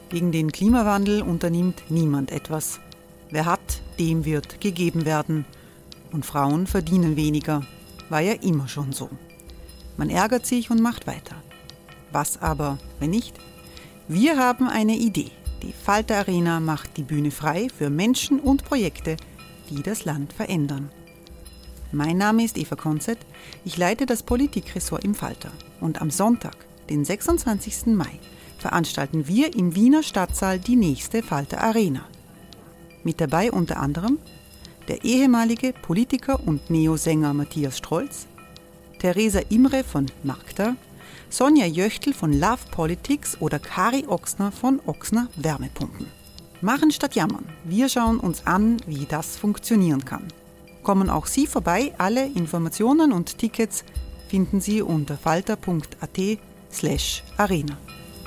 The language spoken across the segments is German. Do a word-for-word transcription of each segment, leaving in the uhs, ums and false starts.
Gegen den Klimawandel unternimmt niemand etwas. Wer hat, dem wird gegeben werden. Und Frauen verdienen weniger. War ja immer schon so. Man ärgert sich und macht weiter. Was aber, wenn nicht? Wir haben eine Idee. Die Falter Arena macht die Bühne frei für Menschen und Projekte, die das Land verändern. Mein Name ist Eva Konzett. Ich leite das Politikressort im Falter. Und am Sonntag, den sechsundzwanzigsten Mai, veranstalten wir im Wiener Stadtsaal die nächste Falter Arena. Mit dabei unter anderem der ehemalige Politiker und Neosänger Matthias Strolz, Theresa Imre von Magda, Sonja Jöchtl von Love Politics oder Kari Ochsner von Ochsner Wärmepumpen. Machen statt jammern. Wir schauen uns an, wie das funktionieren kann. Kommen auch Sie vorbei. Alle Informationen und Tickets finden Sie unter falter punkt at slash arena.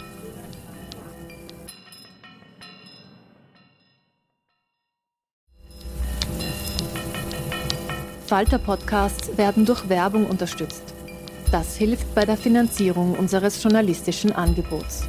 Falter-Podcasts werden durch Werbung unterstützt. Das hilft bei der Finanzierung unseres journalistischen Angebots.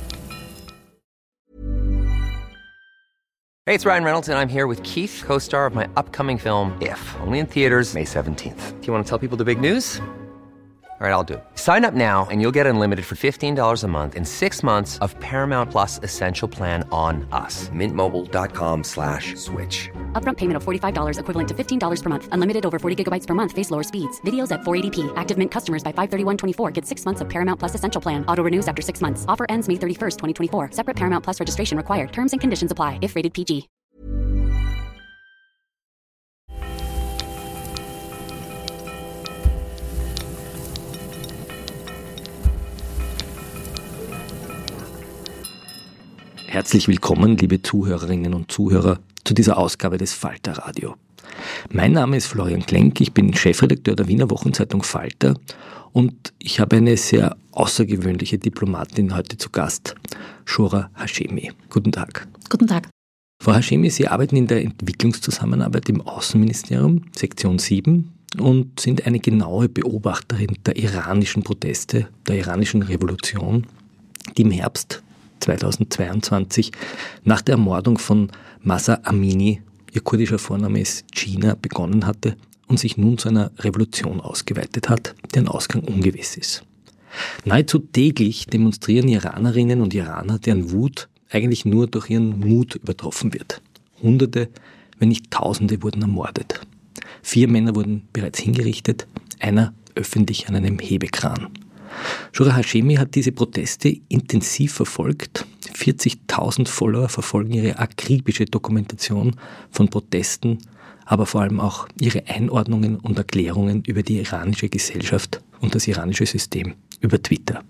Hey, it's Ryan Reynolds, and I'm here with Keith, co-star of my upcoming film, If, only in theaters May seventeenth. Do you want to tell people the big news? All right, I'll do it. Sign up now and you'll get unlimited for fifteen dollars a month and six months of Paramount Plus Essential Plan on us. Mint Mobile dot com slash switch. Upfront payment of forty-five dollars equivalent to fifteen dollars per month. Unlimited over forty gigabytes per month. Face lower speeds. Videos at four eighty p. Active Mint customers by five thirty-one twenty-four get six months of Paramount Plus Essential Plan. Auto renews after six months. Offer ends May thirty-first, twenty twenty-four. Separate Paramount Plus registration required. Terms and conditions apply if rated P G. Herzlich willkommen, liebe Zuhörerinnen und Zuhörer, zu dieser Ausgabe des Falter Radio. Mein Name ist Florian Klenk, ich bin Chefredakteur der Wiener Wochenzeitung Falter und ich habe eine sehr außergewöhnliche Diplomatin heute zu Gast, Shura Hashemi. Guten Tag. Guten Tag. Frau Hashemi, Sie arbeiten in der Entwicklungszusammenarbeit im Außenministerium, Sektion sieben, und sind eine genaue Beobachterin der iranischen Proteste, der iranischen Revolution, die im Herbst zweitausendzweiundzwanzig nach der Ermordung von Mahsa Amini, ihr kurdischer Vorname ist Gina, begonnen hatte und sich nun zu einer Revolution ausgeweitet hat, deren Ausgang ungewiss ist. Nahezu täglich demonstrieren Iranerinnen und Iraner, deren Wut eigentlich nur durch ihren Mut übertroffen wird. Hunderte, wenn nicht Tausende wurden ermordet. Vier Männer wurden bereits hingerichtet, einer öffentlich an einem Hebekran. Shura Hashemi hat diese Proteste intensiv verfolgt. vierzigtausend Follower verfolgen ihre akribische Dokumentation von Protesten, aber vor allem auch ihre Einordnungen und Erklärungen über die iranische Gesellschaft und das iranische System über Twitter.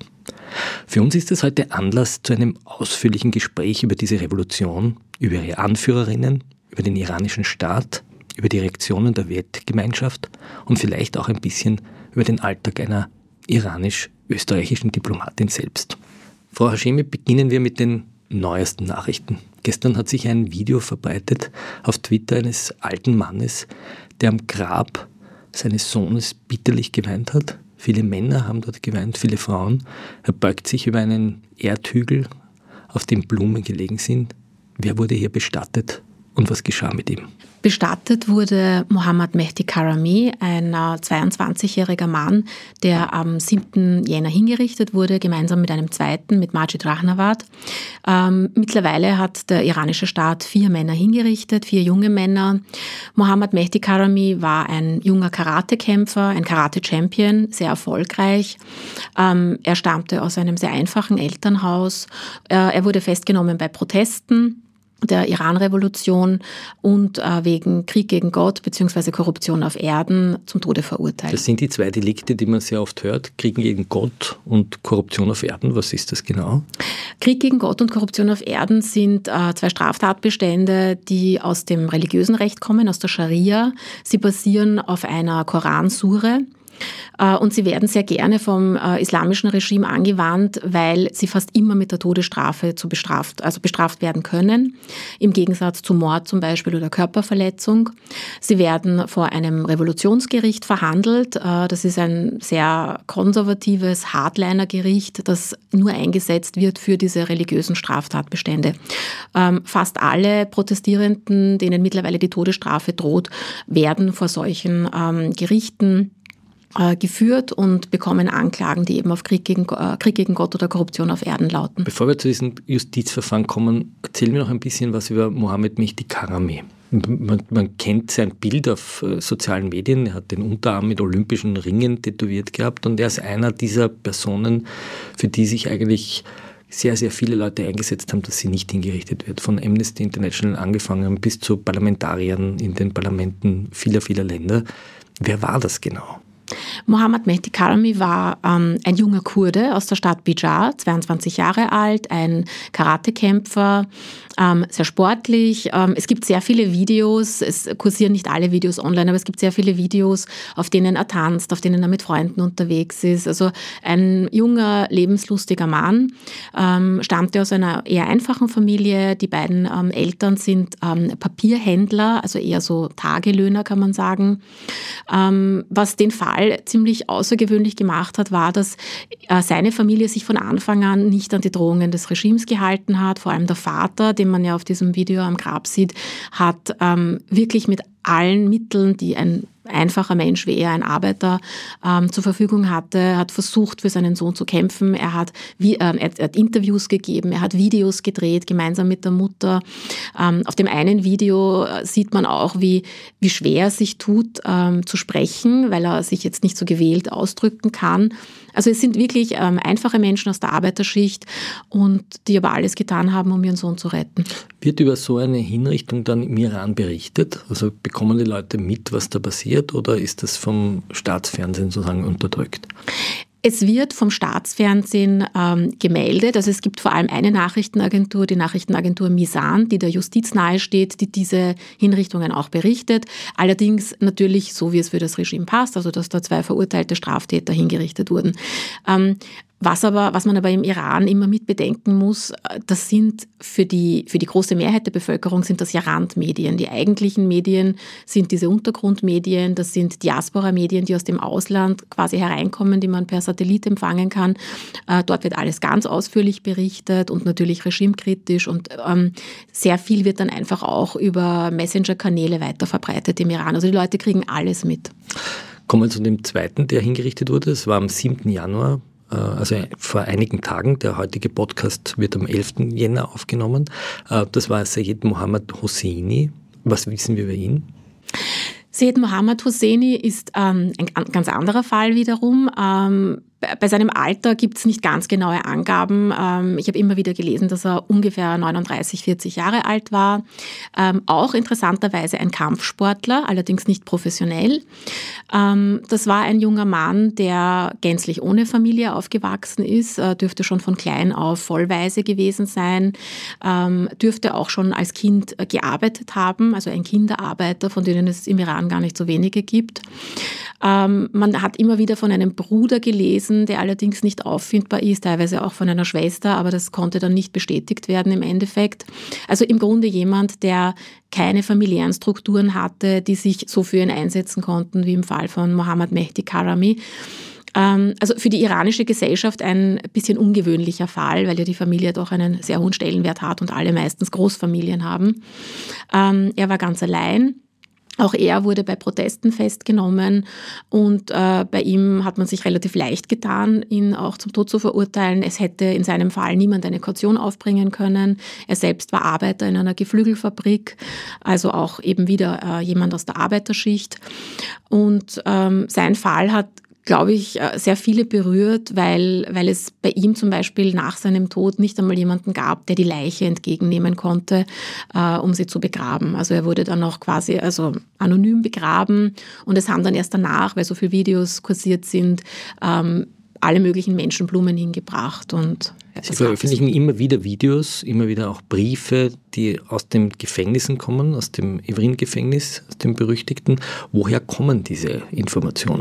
Für uns ist es heute Anlass zu einem ausführlichen Gespräch über diese Revolution, über ihre Anführerinnen, über den iranischen Staat, über die Reaktionen der Weltgemeinschaft und vielleicht auch ein bisschen über den Alltag einer iranisch-österreichischen Diplomatin selbst. Frau Hashemi, beginnen wir mit den neuesten Nachrichten. Gestern hat sich ein Video verbreitet auf Twitter eines alten Mannes, der am Grab seines Sohnes bitterlich geweint hat. Viele Männer haben dort geweint, viele Frauen. Er beugt sich über einen Erdhügel, auf dem Blumen gelegen sind. Wer wurde hier bestattet und was geschah mit ihm? Bestattet wurde Mohammad Mehdi Karami, ein zweiundzwanzigjähriger Mann, der am siebten Jänner hingerichtet wurde, gemeinsam mit einem zweiten, mit Majid Rahnavard. Ähm, mittlerweile hat der iranische Staat vier Männer hingerichtet, vier junge Männer. Mohammad Mehdi Karami war ein junger Karatekämpfer, ein Karate-Champion, sehr erfolgreich. Ähm, er stammte aus einem sehr einfachen Elternhaus. Äh, er wurde festgenommen bei Protesten der Iran-Revolution und äh, wegen Krieg gegen Gott bzw. Korruption auf Erden zum Tode verurteilt. Das sind die zwei Delikte, die man sehr oft hört, Krieg gegen Gott und Korruption auf Erden. Was ist das genau? Krieg gegen Gott und Korruption auf Erden sind äh, zwei Straftatbestände, die aus dem religiösen Recht kommen, aus der Scharia. Sie basieren auf einer Koransure. Und sie werden sehr gerne vom islamischen Regime angewandt, weil sie fast immer mit der Todesstrafe zu bestraft, also bestraft werden können, im Gegensatz zu Mord zum Beispiel oder Körperverletzung. Sie werden vor einem Revolutionsgericht verhandelt. Das ist ein sehr konservatives Hardliner-Gericht, das nur eingesetzt wird für diese religiösen Straftatbestände. Fast alle Protestierenden, denen mittlerweile die Todesstrafe droht, werden vor solchen Gerichten geführt und bekommen Anklagen, die eben auf Krieg gegen, äh, Krieg gegen Gott oder Korruption auf Erden lauten. Bevor wir zu diesem Justizverfahren kommen, erzählen wir noch ein bisschen was über Mohammed Mehdi Karami. Man, man kennt sein Bild auf äh, sozialen Medien, er hat den Unterarm mit olympischen Ringen tätowiert gehabt und er ist einer dieser Personen, für die sich eigentlich sehr, sehr viele Leute eingesetzt haben, dass sie nicht hingerichtet wird. Von Amnesty International angefangen bis zu Parlamentariern in den Parlamenten vieler, vieler Länder. Wer war das genau? Mohammed Mehdi Karami war ähm, ein junger Kurde aus der Stadt Bijar, zweiundzwanzig Jahre alt, ein Karatekämpfer, ähm, sehr sportlich. Ähm, es gibt sehr viele Videos, es kursieren nicht alle Videos online, aber es gibt sehr viele Videos, auf denen er tanzt, auf denen er mit Freunden unterwegs ist. Also ein junger, lebenslustiger Mann, ähm, stammte aus einer eher einfachen Familie. Die beiden ähm, Eltern sind ähm, Papierhändler, also eher so Tagelöhner, kann man sagen. Ähm, was den Fall ziemlich außergewöhnlich gemacht hat, war, dass äh, seine Familie sich von Anfang an nicht an die Drohungen des Regimes gehalten hat. Vor allem der Vater, den man ja auf diesem Video am Grab sieht, hat ähm, wirklich mit allen Mitteln, die ein einfacher Mensch wie er, ein Arbeiter, ähm, zur Verfügung hatte, hat versucht, für seinen Sohn zu kämpfen. Er hat, wie, äh, er hat Interviews gegeben, er hat Videos gedreht, gemeinsam mit der Mutter. Ähm, auf dem einen Video sieht man auch, wie, wie schwer es sich tut, ähm, zu sprechen, weil er sich jetzt nicht so gewählt ausdrücken kann. Also es sind wirklich ähm, einfache Menschen aus der Arbeiterschicht und die aber alles getan haben, um ihren Sohn zu retten. Wird über so eine Hinrichtung dann im Iran berichtet? Also bekommen die Leute mit, was da passiert, oder ist das vom Staatsfernsehen sozusagen unterdrückt? Es wird vom Staatsfernsehen ähm, gemeldet. Also es gibt vor allem eine Nachrichtenagentur, die Nachrichtenagentur Misan, die der Justiz nahesteht, die diese Hinrichtungen auch berichtet. Allerdings natürlich so, wie es für das Regime passt, also dass da zwei verurteilte Straftäter hingerichtet wurden. Ähm, Was aber, was man aber im Iran immer mit bedenken muss, das sind für die, für die große Mehrheit der Bevölkerung sind das ja Randmedien. Die eigentlichen Medien sind diese Untergrundmedien, das sind Diaspora-Medien, die aus dem Ausland quasi hereinkommen, die man per Satellit empfangen kann. Äh, dort wird alles ganz ausführlich berichtet und natürlich regimekritisch und ähm, sehr viel wird dann einfach auch über Messenger-Kanäle weiterverbreitet im Iran. Also die Leute kriegen alles mit. Kommen wir zu dem zweiten, der hingerichtet wurde. Es war am siebten Januar. Also vor einigen Tagen, der heutige Podcast wird am elften Jänner aufgenommen. Das war Syed Mohammad Hosseini. Was wissen wir über ihn? Syed Mohammad Hosseini ist ähm, ein ganz anderer Fall wiederum. Ähm, Bei seinem Alter gibt es nicht ganz genaue Angaben. Ich habe immer wieder gelesen, dass er ungefähr neununddreißig, vierzig Jahre alt war. Auch interessanterweise ein Kampfsportler, allerdings nicht professionell. Das war ein junger Mann, der gänzlich ohne Familie aufgewachsen ist, dürfte schon von klein auf vollweise gewesen sein, dürfte auch schon als Kind gearbeitet haben, also ein Kinderarbeiter, von denen es im Iran gar nicht so wenige gibt. Man hat immer wieder von einem Bruder gelesen, der allerdings nicht auffindbar ist, teilweise auch von einer Schwester, aber das konnte dann nicht bestätigt werden im Endeffekt. Also im Grunde jemand, der keine familiären Strukturen hatte, die sich so für ihn einsetzen konnten, wie im Fall von Mohammed Mehdi Karami. Also für die iranische Gesellschaft ein bisschen ungewöhnlicher Fall, weil ja die Familie doch einen sehr hohen Stellenwert hat und alle meistens Großfamilien haben. Er war ganz allein. Auch er wurde bei Protesten festgenommen und äh, bei ihm hat man sich relativ leicht getan, ihn auch zum Tod zu verurteilen. Es hätte in seinem Fall niemand eine Kaution aufbringen können. Er selbst war Arbeiter in einer Geflügelfabrik, also auch eben wieder äh, jemand aus der Arbeiterschicht. Und ähm, sein Fall hat, glaube ich, sehr viele berührt, weil, weil es bei ihm zum Beispiel nach seinem Tod nicht einmal jemanden gab, der die Leiche entgegennehmen konnte, äh, um sie zu begraben. Also er wurde dann auch quasi also anonym begraben und es haben dann erst danach, weil so viele Videos kursiert sind, ähm, alle möglichen Menschen Blumen hingebracht. Und Sie veröffentlichen immer wieder Videos, immer wieder auch Briefe, die aus den Gefängnissen kommen, aus dem Evrin-Gefängnis, aus dem berüchtigten. Woher kommen diese Informationen?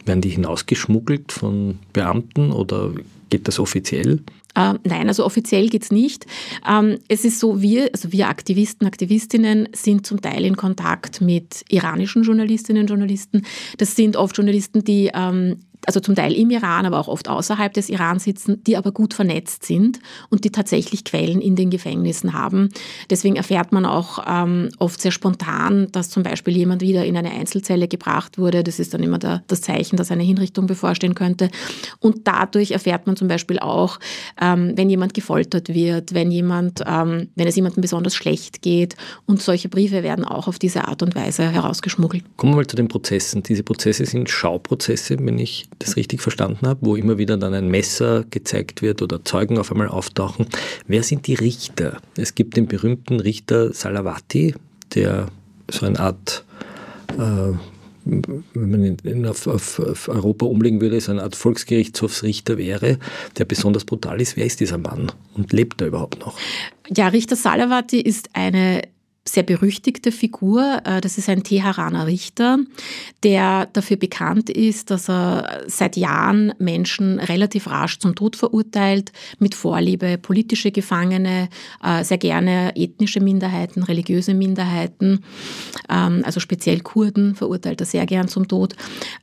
Werden die hinausgeschmuggelt von Beamten oder geht das offiziell? Äh, nein, also offiziell geht es nicht. Ähm, es ist so, wir, also wir Aktivisten, Aktivistinnen sind zum Teil in Kontakt mit iranischen Journalistinnen und Journalisten. Das sind oft Journalisten, die ähm, also zum Teil im Iran, aber auch oft außerhalb des Iran sitzen, die aber gut vernetzt sind und die tatsächlich Quellen in den Gefängnissen haben. Deswegen erfährt man auch ähm, oft sehr spontan, dass zum Beispiel jemand wieder in eine Einzelzelle gebracht wurde. Das ist dann immer der, das Zeichen, dass eine Hinrichtung bevorstehen könnte. Und dadurch erfährt man zum Beispiel auch, ähm, wenn jemand gefoltert wird, wenn jemand, ähm, wenn es jemandem besonders schlecht geht. Und solche Briefe werden auch auf diese Art und Weise herausgeschmuggelt. Kommen wir mal zu den Prozessen. Diese Prozesse sind Schauprozesse, wenn ich das richtig verstanden habe, wo immer wieder dann ein Messer gezeigt wird oder Zeugen auf einmal auftauchen. Wer sind die Richter? Es gibt den berühmten Richter Salavati, der so eine Art, äh, wenn man ihn auf, auf, auf Europa umlegen würde, so eine Art Volksgerichtshofsrichter wäre, der besonders brutal ist. Wer ist dieser Mann und lebt er überhaupt noch? Ja, Richter Salavati ist eine sehr berüchtigte Figur. Das ist ein Teheraner Richter, der dafür bekannt ist, dass er seit Jahren Menschen relativ rasch zum Tod verurteilt, mit Vorliebe politische Gefangene, sehr gerne ethnische Minderheiten, religiöse Minderheiten, also speziell Kurden verurteilt er sehr gern zum Tod.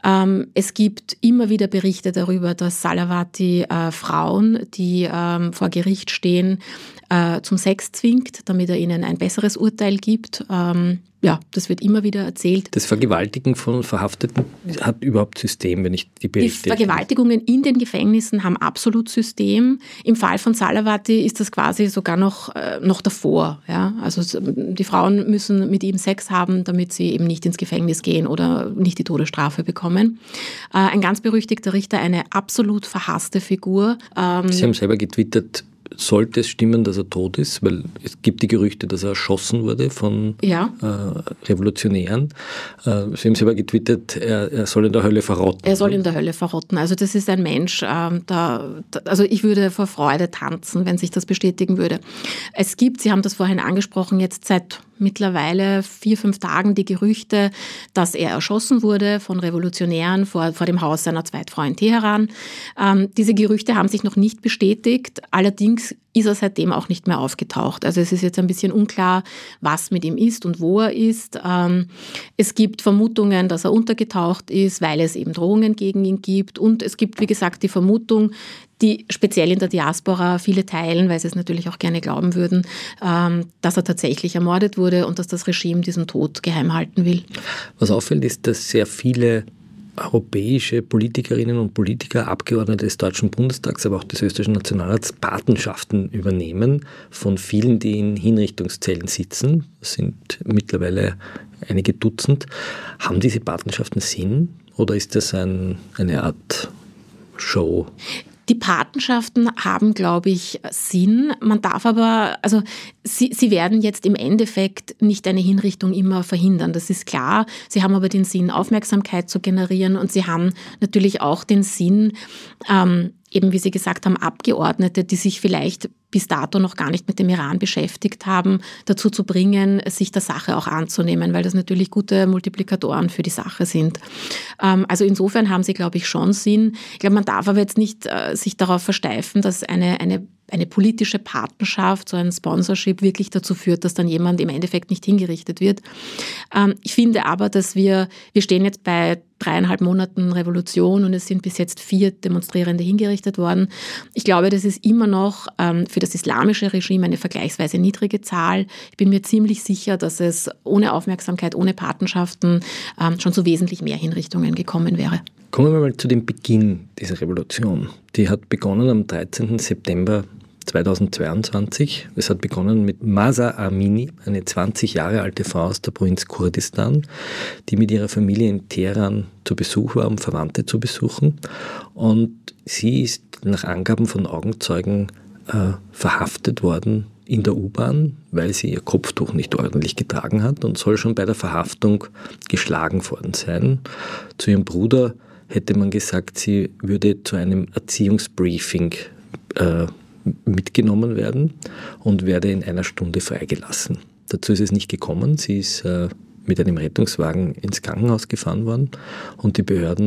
Es gibt immer wieder Berichte darüber, dass Salavati Frauen, die vor Gericht stehen, zum Sex zwingt, damit er ihnen ein besseres Urteil gibt. Ähm, ja, das wird immer wieder erzählt. Das Vergewaltigen von Verhafteten hat überhaupt System, wenn ich die Berichte... Die Vergewaltigungen in den Gefängnissen haben absolut System. Im Fall von Salavati ist das quasi sogar noch, äh, noch davor. Ja? Also die Frauen müssen mit ihm Sex haben, damit sie eben nicht ins Gefängnis gehen oder nicht die Todesstrafe bekommen. Äh, ein ganz berüchtigter Richter, eine absolut verhasste Figur. Ähm, Sie haben selber getwittert, sollte es stimmen, dass er tot ist, weil es gibt die Gerüchte, dass er erschossen wurde von ja. äh, Revolutionären. Äh, Sie haben selber getwittert, er, er soll in der Hölle verrotten. Er soll in der Hölle verrotten. Also das ist ein Mensch, ähm, da, da, also ich würde vor Freude tanzen, wenn sich das bestätigen würde. Es gibt, Sie haben das vorhin angesprochen, jetzt seit mittlerweile vier, fünf Tagen die Gerüchte, dass er erschossen wurde von Revolutionären vor, vor dem Haus seiner Zweitfrau in Teheran. Ähm, diese Gerüchte haben sich noch nicht bestätigt, allerdings ist er seitdem auch nicht mehr aufgetaucht. Also es ist jetzt ein bisschen unklar, was mit ihm ist und wo er ist. Ähm, es gibt Vermutungen, dass er untergetaucht ist, weil es eben Drohungen gegen ihn gibt. Und es gibt, wie gesagt, die Vermutung, die speziell in der Diaspora viele teilen, weil sie es natürlich auch gerne glauben würden, ähm, dass er tatsächlich ermordet wurde und dass das Regime diesen Tod geheim halten will. Was auffällt, ist, dass sehr viele europäische Politikerinnen und Politiker, Abgeordnete des Deutschen Bundestags, aber auch des österreichischen Nationalrats Patenschaften übernehmen von vielen, die in Hinrichtungszellen sitzen. Das sind mittlerweile einige Dutzend. Haben diese Patenschaften Sinn oder ist das ein, eine Art Show? Die Patenschaften haben, glaube ich, Sinn. Man darf aber, also sie, sie werden jetzt im Endeffekt nicht eine Hinrichtung immer verhindern, das ist klar. Sie haben aber den Sinn, Aufmerksamkeit zu generieren und sie haben natürlich auch den Sinn, ähm, eben wie Sie gesagt haben, Abgeordnete, die sich vielleicht bis dato noch gar nicht mit dem Iran beschäftigt haben, dazu zu bringen, sich der Sache auch anzunehmen, weil das natürlich gute Multiplikatoren für die Sache sind. Also insofern haben sie, glaube ich, schon Sinn. Ich glaube, man darf aber jetzt nicht äh, sich darauf versteifen, dass eine, eine eine politische Patenschaft, so ein Sponsorship wirklich dazu führt, dass dann jemand im Endeffekt nicht hingerichtet wird. Ähm, ich finde aber, dass wir, wir stehen jetzt bei dreieinhalb Monaten Revolution und es sind bis jetzt vier Demonstrierende hingerichtet worden. Ich glaube, das ist immer noch ähm, für das islamische Regime eine vergleichsweise niedrige Zahl. Ich bin mir ziemlich sicher, dass es ohne Aufmerksamkeit, ohne Patenschaften ähm, schon zu wesentlich mehr Hinrichtungen gekommen wäre. Kommen wir mal zu dem Beginn dieser Revolution. Die hat begonnen am dreizehnten September zweitausendzweiundzwanzig. Es hat begonnen mit Mahsa Amini, eine zwanzig Jahre alte Frau aus der Provinz Kurdistan, die mit ihrer Familie in Teheran zu Besuch war, um Verwandte zu besuchen. Und sie ist nach Angaben von Augenzeugen äh, verhaftet worden in der U-Bahn, weil sie ihr Kopftuch nicht ordentlich getragen hat und soll schon bei der Verhaftung geschlagen worden sein. Zu ihrem Bruder hätte man gesagt, sie würde zu einem Erziehungsbriefing äh, mitgenommen werden und werde in einer Stunde freigelassen. Dazu ist es nicht gekommen. Sie ist äh, mit einem Rettungswagen ins Krankenhaus gefahren worden und die Behörden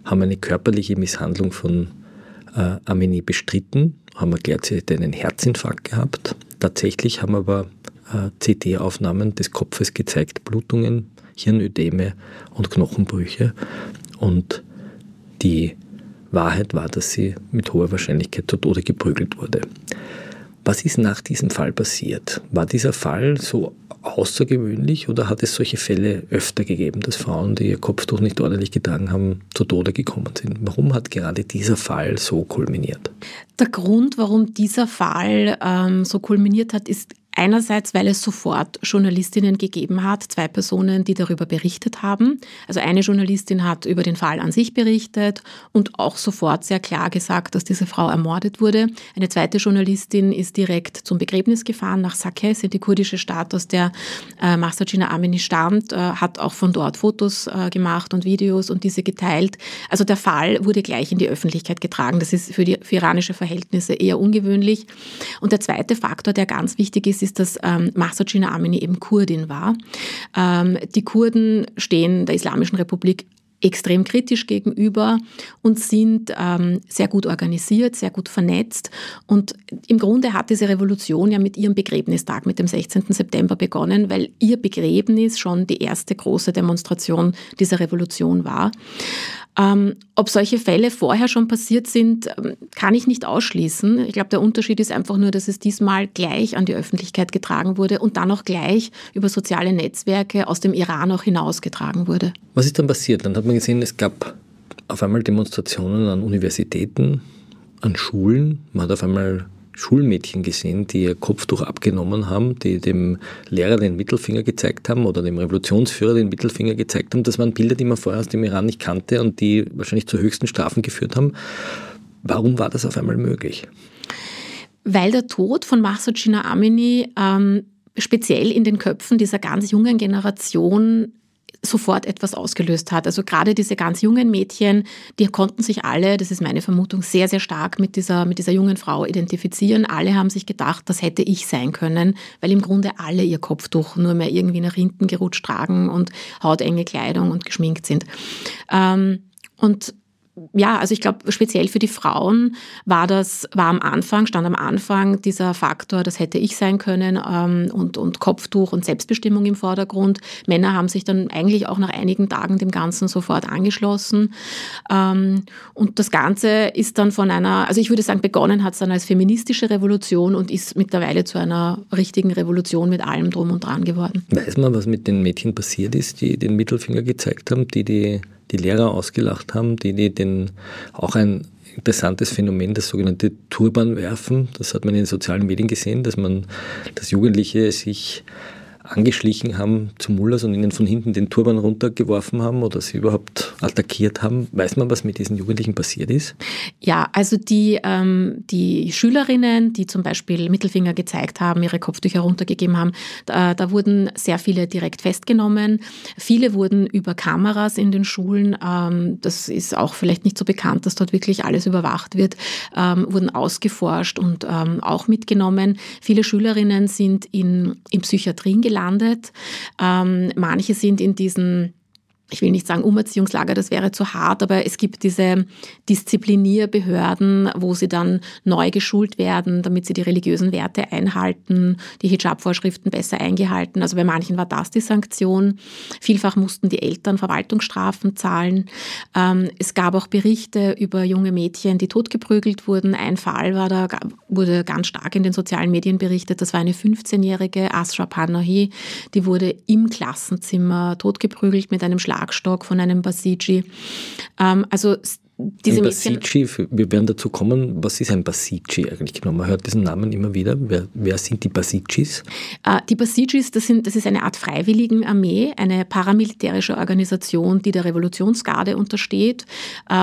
haben eine körperliche Misshandlung von äh, Amini bestritten, haben erklärt, sie hätte einen Herzinfarkt gehabt. Tatsächlich haben aber äh, C T-Aufnahmen des Kopfes gezeigt, Blutungen, Hirnödeme und Knochenbrüche. Und die Wahrheit war, dass sie mit hoher Wahrscheinlichkeit zu Tode geprügelt wurde. Was ist nach diesem Fall passiert? War dieser Fall so außergewöhnlich oder hat es solche Fälle öfter gegeben, dass Frauen, die ihr Kopftuch nicht ordentlich getragen haben, zu Tode gekommen sind? Warum hat gerade dieser Fall so kulminiert? Der Grund, warum dieser Fall ähm, so kulminiert hat, ist einerseits, weil es sofort Journalistinnen gegeben hat, zwei Personen, die darüber berichtet haben. Also eine Journalistin hat über den Fall an sich berichtet und auch sofort sehr klar gesagt, dass diese Frau ermordet wurde. Eine zweite Journalistin ist direkt zum Begräbnis gefahren nach Sakes, in die kurdische Stadt, aus der äh, Mahsa Jina Amini stammt, äh, hat auch von dort Fotos äh, gemacht und Videos und diese geteilt. Also der Fall wurde gleich in die Öffentlichkeit getragen. Das ist für die für iranische Verhältnisse eher ungewöhnlich. Und der zweite Faktor, der ganz wichtig ist, ist, dass ähm, Mahsa Jina Amini eben Kurdin war. Ähm, die Kurden stehen der Islamischen Republik extrem kritisch gegenüber und sind ähm, sehr gut organisiert, sehr gut vernetzt. Und im Grunde hat diese Revolution ja mit ihrem Begräbnistag, mit dem sechzehnten September begonnen, weil ihr Begräbnis schon die erste große Demonstration dieser Revolution war. Ähm, ob solche Fälle vorher schon passiert sind, kann ich nicht ausschließen. Ich glaube, der Unterschied ist einfach nur, dass es diesmal gleich an die Öffentlichkeit getragen wurde und dann auch gleich über soziale Netzwerke aus dem Iran auch hinausgetragen wurde. Was ist dann passiert? Dann hat man gesehen, es gab auf einmal Demonstrationen an Universitäten, an Schulen. Man hat auf einmal Schulmädchen gesehen, die ihr Kopftuch abgenommen haben, die dem Lehrer den Mittelfinger gezeigt haben oder dem Revolutionsführer den Mittelfinger gezeigt haben. Das waren Bilder, die man vorher aus dem Iran nicht kannte und die wahrscheinlich zu höchsten Strafen geführt haben. Warum war das auf einmal möglich? Weil der Tod von Mahsa Jina Amini ähm, speziell in den Köpfen dieser ganz jungen Generation sofort etwas ausgelöst hat. Also gerade diese ganz jungen Mädchen, die konnten sich alle, das ist meine Vermutung, sehr, sehr stark mit dieser, mit dieser jungen Frau identifizieren. Alle haben sich gedacht, das hätte ich sein können, weil im Grunde alle ihr Kopftuch nur mehr irgendwie nach hinten gerutscht tragen und hautenge Kleidung und geschminkt sind. Ähm, und ja, also ich glaube, speziell für die Frauen war das, war am Anfang, stand am Anfang dieser Faktor, das hätte ich sein können, ähm, und, und Kopftuch und Selbstbestimmung im Vordergrund. Männer haben sich dann eigentlich auch nach einigen Tagen dem Ganzen sofort angeschlossen. Ähm, und das Ganze ist dann von einer, also ich würde sagen, begonnen hat es dann als feministische Revolution und ist mittlerweile zu einer richtigen Revolution mit allem Drum und Dran geworden. Weiß man, was mit den Mädchen passiert ist, die den Mittelfinger gezeigt haben, die die die Lehrer ausgelacht haben, die, die den, auch ein interessantes Phänomen, das sogenannte Turbanwerfen, das hat man in den sozialen Medien gesehen, dass man, dass Jugendliche sich angeschlichen haben zu Mullahs und ihnen von hinten den Turban runtergeworfen haben oder sie überhaupt attackiert haben. Weiß man, was mit diesen Jugendlichen passiert ist? Ja, also die, ähm, die Schülerinnen, die zum Beispiel Mittelfinger gezeigt haben, ihre Kopftücher runtergegeben haben, da, da wurden sehr viele direkt festgenommen. Viele wurden über Kameras in den Schulen, ähm, das ist auch vielleicht nicht so bekannt, dass dort wirklich alles überwacht wird, ähm, wurden ausgeforscht und ähm, auch mitgenommen. Viele Schülerinnen sind in, in Psychiatrien gelandet. Gelandet. Ähm, manche sind in diesen, ich will nicht sagen Umerziehungslager, das wäre zu hart, aber es gibt diese Disziplinierbehörden, wo sie dann neu geschult werden, damit sie die religiösen Werte einhalten, die Hijab-Vorschriften besser eingehalten. Also bei manchen war das die Sanktion. Vielfach mussten die Eltern Verwaltungsstrafen zahlen. Ähm, es gab auch Berichte über junge Mädchen, die totgeprügelt wurden. Ein Fall war da, wurde ganz stark in den sozialen Medien berichtet. Das war eine fünfzehnjährige Asra Panahi, die wurde im Klassenzimmer totgeprügelt mit einem Schlag Schlagstock von einem Basiji. Ähm, also diese ein Mädchen. Basiji, wir werden dazu kommen, was ist ein Basiji eigentlich genau? Man hört diesen Namen immer wieder. Wer, wer sind die Basijis? Äh, die Basijis, das, sind, das ist eine Art Freiwilligenarmee, eine paramilitärische Organisation, die der Revolutionsgarde untersteht. Ähm, und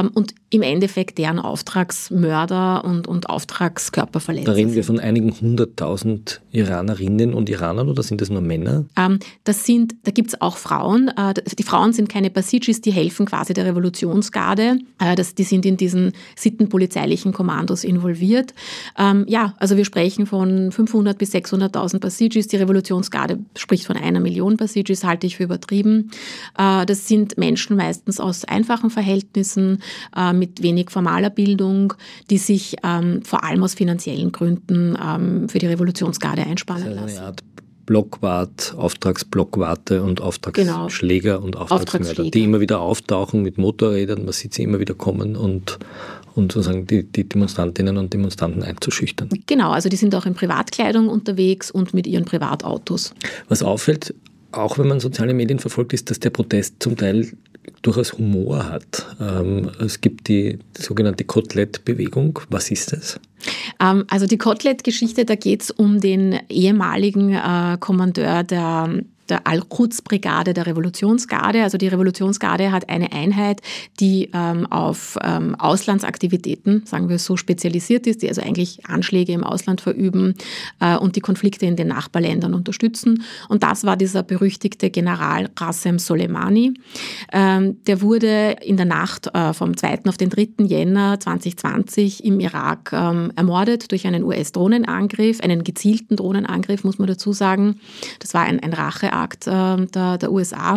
im Endeffekt deren Auftragsmörder und, und Auftragskörperverletzer. Da reden wir von einigen hunderttausend Iranerinnen und Iranern oder sind das nur Männer? Ähm, das sind, da gibt es auch Frauen. Äh, die Frauen sind keine Basijis, die helfen quasi der Revolutionsgarde. Äh, das, die sind in diesen sittenpolizeilichen Kommandos involviert. Ähm, ja, also wir sprechen von fünfhundert bis sechshunderttausend Basijis. Die Revolutionsgarde spricht von einer Million Basijis, halte ich für übertrieben. Äh, das sind Menschen meistens aus einfachen Verhältnissen, äh, mit wenig formaler Bildung, die sich ähm, vor allem aus finanziellen Gründen ähm, für die Revolutionsgarde einspannen also lassen. Eine Art Blockwart, Auftragsblockwarte und Auftragsschläger genau. und Auftragsmörder, Auftragsschläger. Die immer wieder auftauchen mit Motorrädern, man sieht sie immer wieder kommen und, und sozusagen die, die Demonstrantinnen und Demonstranten einzuschüchtern. Genau, also die sind auch in Privatkleidung unterwegs und mit ihren Privatautos. Was auffällt, auch wenn man soziale Medien verfolgt, ist, dass der Protest zum Teil durchaus Humor hat. Ähm, es gibt die sogenannte Kotelett-Bewegung. Was ist das? Ähm, also die Kotelett-Geschichte, da geht es um den ehemaligen äh, Kommandeur der der Al-Quds-Brigade der Revolutionsgarde. Also die Revolutionsgarde hat eine Einheit, die ähm, auf ähm, Auslandsaktivitäten, sagen wir so, spezialisiert ist, die also eigentlich Anschläge im Ausland verüben äh, und die Konflikte in den Nachbarländern unterstützen. Und das war dieser berüchtigte General Qasem Soleimani. Ähm, der wurde in der Nacht äh, vom zweiten auf den dritten Jänner zweitausendzwanzig im Irak ähm, ermordet durch einen U S-Drohnenangriff, einen gezielten Drohnenangriff, muss man dazu sagen. Das war ein, ein Racheakt Der, der U S A.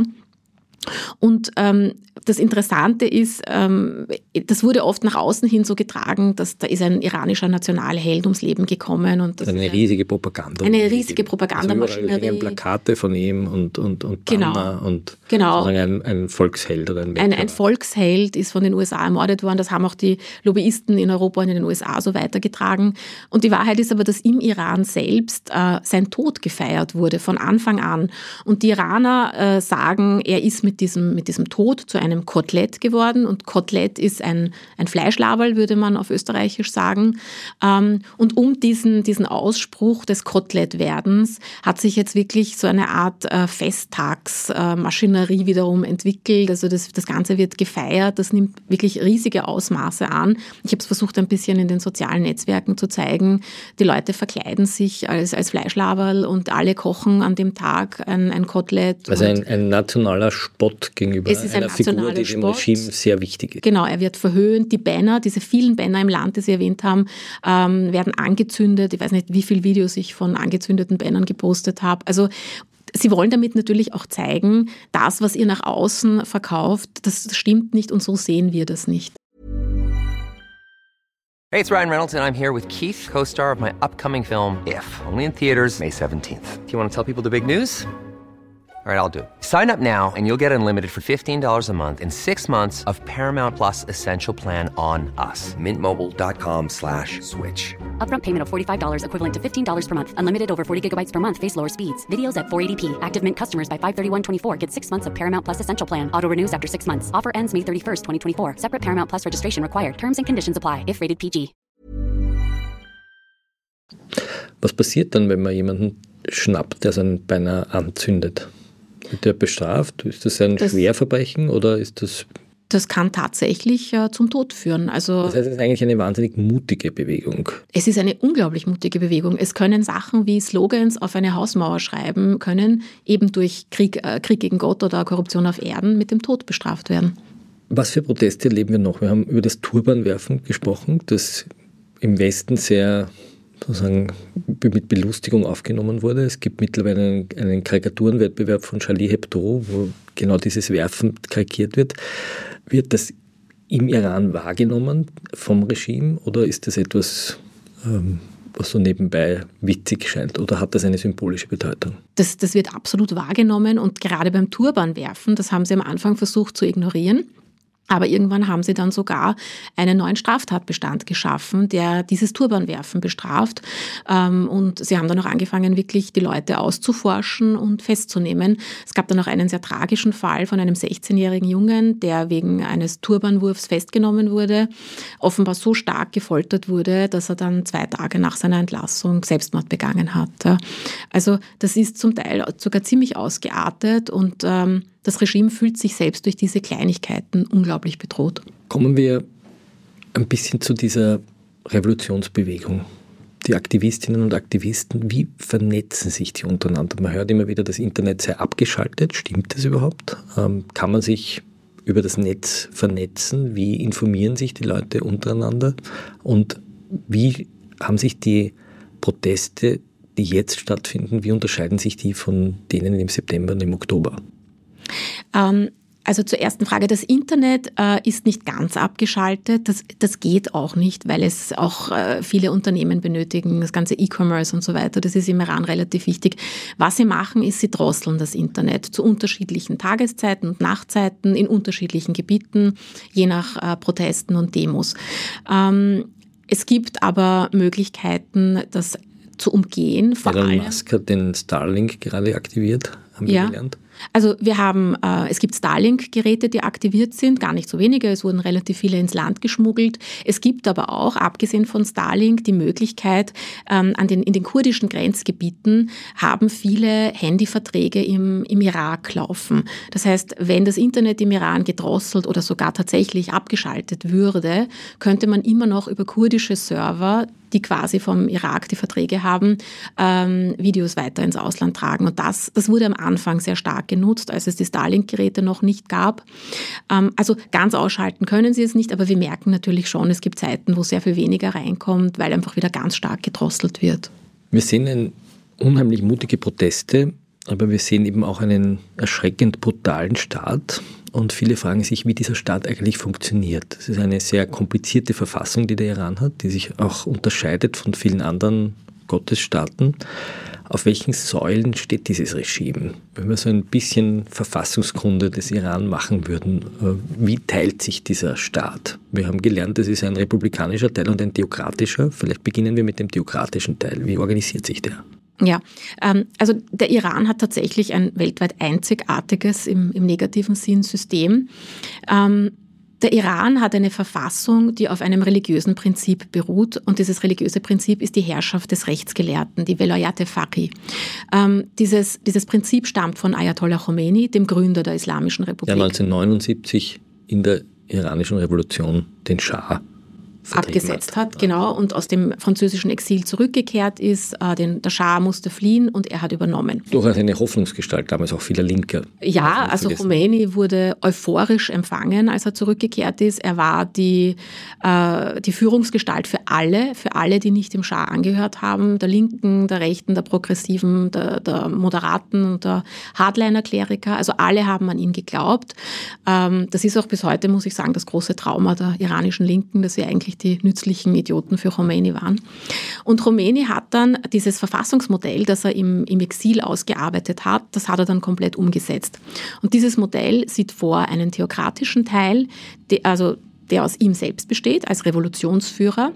Und ähm, das Interessante ist, ähm, das wurde oft nach außen hin so getragen, dass da ist ein iranischer Nationalheld ums Leben gekommen. Und das eine ist riesige Propaganda. Eine riesige Propagandamaschinerie. Also überall Plakate von ihm und, und, und Banner genau. und genau. ein, ein Volksheld oder ein ein, ein Volksheld ist von den U S A ermordet worden. Das haben auch die Lobbyisten in Europa und in den U S A so weitergetragen. Und die Wahrheit ist aber, dass im Iran selbst äh, sein Tod gefeiert wurde, von Anfang an. Und die Iraner äh, sagen, er ist mit diesem, mit diesem Tod zu einem Kotelett geworden. Und Kotelett ist ein, ein Fleischlaberl, würde man auf Österreichisch sagen. Ähm, und um diesen, diesen Ausspruch des Kotelettwerdens hat sich jetzt wirklich so eine Art äh, Festtagsmaschinerie äh, wiederum entwickelt. Also das, das Ganze wird gefeiert, das nimmt wirklich riesige Ausmaße an. Ich habe es versucht, ein bisschen in den sozialen Netzwerken zu zeigen. Die Leute verkleiden sich als, als Fleischlaberl und alle kochen an dem Tag ein, ein Kotelett. Also ein, ein nationaler Spott gegenüber es ist ein einer Figur, die dem Spott. Regime sehr wichtig ist. Genau, er wird verhöhnt. Die Banner, diese vielen Banner im Land, die Sie erwähnt haben, ähm, werden angezündet. Ich weiß nicht, wie viele Videos ich von angezündeten Bannern gepostet habe. Also Sie wollen damit natürlich auch zeigen, das, was ihr nach außen verkauft, das stimmt nicht und so sehen wir das nicht. Hey, it's Ryan Reynolds and I'm here with Keith, co-star of my upcoming film, If, only in theaters May seventeenth. Do you want to tell people the big news? All right, I'll do it. Sign up now and you'll get unlimited for fifteen dollars a month and six months of Paramount Plus Essential Plan on us. Mint Mobile dot com slash switch. Upfront payment of forty-five dollars equivalent to fifteen dollars per month. Unlimited over forty gigabytes per month. Face lower speeds. Videos at four eighty p. Active Mint customers by five thirty-one twenty-four get six months of Paramount Plus Essential Plan. Auto renews after six months. Offer ends May thirty-first, twenty twenty-four. Separate Paramount Plus registration required. Terms and conditions apply if rated P G. Was passiert dann, wenn man jemanden schnappt, der seinen beinahe anzündet? Wird der bestraft? Ist das ein das, Schwerverbrechen oder ist das... Das kann tatsächlich äh, zum Tod führen. Also, das heißt, es ist eigentlich eine wahnsinnig mutige Bewegung. Es ist eine unglaublich mutige Bewegung. Es können Sachen wie Slogans auf eine Hausmauer schreiben, können eben durch Krieg, äh, Krieg gegen Gott oder Korruption auf Erden mit dem Tod bestraft werden. Was für Proteste erleben wir noch? Wir haben über das Turbanwerfen gesprochen, das im Westen sehr... sozusagen mit Belustigung aufgenommen wurde. Es gibt mittlerweile einen, einen Karikaturenwettbewerb von Charlie Hebdo, wo genau dieses Werfen karikiert wird. Wird das im Iran wahrgenommen vom Regime oder ist das etwas, ähm, was so nebenbei witzig scheint oder hat das eine symbolische Bedeutung? Das, das wird absolut wahrgenommen und gerade beim Turbanwerfen, das haben sie am Anfang versucht zu ignorieren. Aber irgendwann haben sie dann sogar einen neuen Straftatbestand geschaffen, der dieses Turbanwerfen bestraft. Und sie haben dann auch angefangen, wirklich die Leute auszuforschen und festzunehmen. Es gab dann auch einen sehr tragischen Fall von einem sechzehnjährigen Jungen, der wegen eines Turbanwurfs festgenommen wurde, offenbar so stark gefoltert wurde, dass er dann zwei Tage nach seiner Entlassung Selbstmord begangen hat. Also das ist zum Teil sogar ziemlich ausgeartet und ähm, das Regime fühlt sich selbst durch diese Kleinigkeiten unglaublich bedroht. Kommen wir ein bisschen zu dieser Revolutionsbewegung. Die Aktivistinnen und Aktivisten, wie vernetzen sich die untereinander? Man hört immer wieder, das Internet sei abgeschaltet. Stimmt das überhaupt? Ähm, kann man sich über das Netz vernetzen? Wie informieren sich die Leute untereinander? Und wie haben sich die Proteste, die jetzt stattfinden, wie unterscheiden sich die von denen im September und im Oktober? Ähm Also zur ersten Frage, das Internet äh, ist nicht ganz abgeschaltet, das, das geht auch nicht, weil es auch äh, viele Unternehmen benötigen, das ganze E-Commerce und so weiter, das ist im Iran relativ wichtig. Was sie machen, ist, sie drosseln das Internet zu unterschiedlichen Tageszeiten und Nachtzeiten in unterschiedlichen Gebieten, je nach äh, Protesten und Demos. Ähm, es gibt aber Möglichkeiten, das zu umgehen. Vor Elon allem, Musk hat den Starlink gerade aktiviert, haben wir ja. gelernt. Also wir haben, äh, es gibt Starlink-Geräte, die aktiviert sind, gar nicht so wenige, es wurden relativ viele ins Land geschmuggelt. Es gibt aber auch, abgesehen von Starlink, die Möglichkeit, ähm, an den, in den kurdischen Grenzgebieten haben viele Handyverträge im, im Irak laufen. Das heißt, wenn das Internet im Iran gedrosselt oder sogar tatsächlich abgeschaltet würde, könnte man immer noch über kurdische Server, die quasi vom Irak die Verträge haben, ähm, Videos weiter ins Ausland tragen. Und das, das wurde am Anfang sehr stark genutzt, als es die Starlink-Geräte noch nicht gab. Ähm, also ganz ausschalten können sie es nicht, aber wir merken natürlich schon, es gibt Zeiten, wo sehr viel weniger reinkommt, weil einfach wieder ganz stark gedrosselt wird. Wir sehen ein, unheimlich mutige Proteste, aber wir sehen eben auch einen erschreckend brutalen Staat. Und viele fragen sich, wie dieser Staat eigentlich funktioniert. Es ist eine sehr komplizierte Verfassung, die der Iran hat, die sich auch unterscheidet von vielen anderen Gottesstaaten. Auf welchen Säulen steht dieses Regime? Wenn wir so ein bisschen Verfassungskunde des Iran machen würden, wie teilt sich dieser Staat? Wir haben gelernt, es ist ein republikanischer Teil und ein theokratischer. Vielleicht beginnen wir mit dem theokratischen Teil. Wie organisiert sich der? Ja, ähm, also der Iran hat tatsächlich ein weltweit einzigartiges, im, im negativen Sinn, System. Ähm, der Iran hat eine Verfassung, die auf einem religiösen Prinzip beruht, und dieses religiöse Prinzip ist die Herrschaft des Rechtsgelehrten, die Velayat-e-Faqih. Ähm, dieses, dieses Prinzip stammt von Ayatollah Khomeini, dem Gründer der Islamischen Republik. Der neunzehnhundertneunundsiebzig in der iranischen Revolution den Schah abgesetzt hat, genau, und aus dem französischen Exil zurückgekehrt ist. Äh, den, der Schah musste fliehen und er hat übernommen. Durchaus eine Hoffnungsgestalt, damals auch vieler Linker. Ja, also Khomeini wurde euphorisch empfangen, als er zurückgekehrt ist. Er war die, äh, die Führungsgestalt für alle, für alle, die nicht dem Schah angehört haben, der Linken, der Rechten, der Progressiven, der, der Moderaten und der Hardliner-Kleriker. Also alle haben an ihn geglaubt. Ähm, das ist auch bis heute, muss ich sagen, das große Trauma der iranischen Linken, dass sie eigentlich die nützlichen Idioten für Khomeini waren. Und Khomeini hat dann dieses Verfassungsmodell, das er im, im Exil ausgearbeitet hat, das hat er dann komplett umgesetzt. Und dieses Modell sieht vor einen theokratischen Teil, die, also der aus ihm selbst besteht, als Revolutionsführer.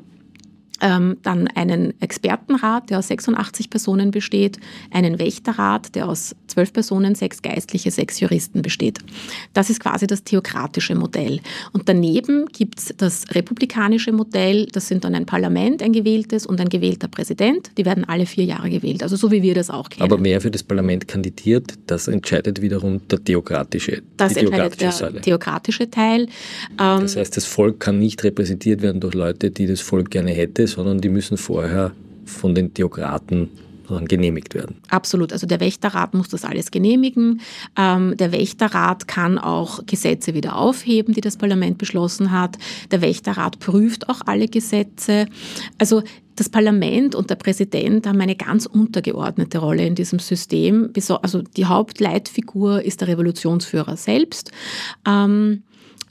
Ähm, dann einen Expertenrat, der aus sechsundachtzig Personen besteht, einen Wächterrat, der aus zwölf Personen, sechs Geistliche, sechs Juristen besteht. Das ist quasi das theokratische Modell. Und daneben gibt es das republikanische Modell, das sind dann ein Parlament, ein gewähltes und ein gewählter Präsident. Die werden alle vier Jahre gewählt, also so wie wir das auch kennen. Aber wer für das Parlament kandidiert, das entscheidet wiederum der theokratische, das die entscheidet der Säule. theokratische Teil. Ähm, das heißt, das Volk kann nicht repräsentiert werden durch Leute, die das Volk gerne hätte, sondern die müssen vorher von den Theokraten genehmigt werden. Absolut. Also der Wächterrat muss das alles genehmigen. Ähm, der Wächterrat kann auch Gesetze wieder aufheben, die das Parlament beschlossen hat. Der Wächterrat prüft auch alle Gesetze. Also das Parlament und der Präsident haben eine ganz untergeordnete Rolle in diesem System. Also die Hauptleitfigur ist der Revolutionsführer selbst. Ähm,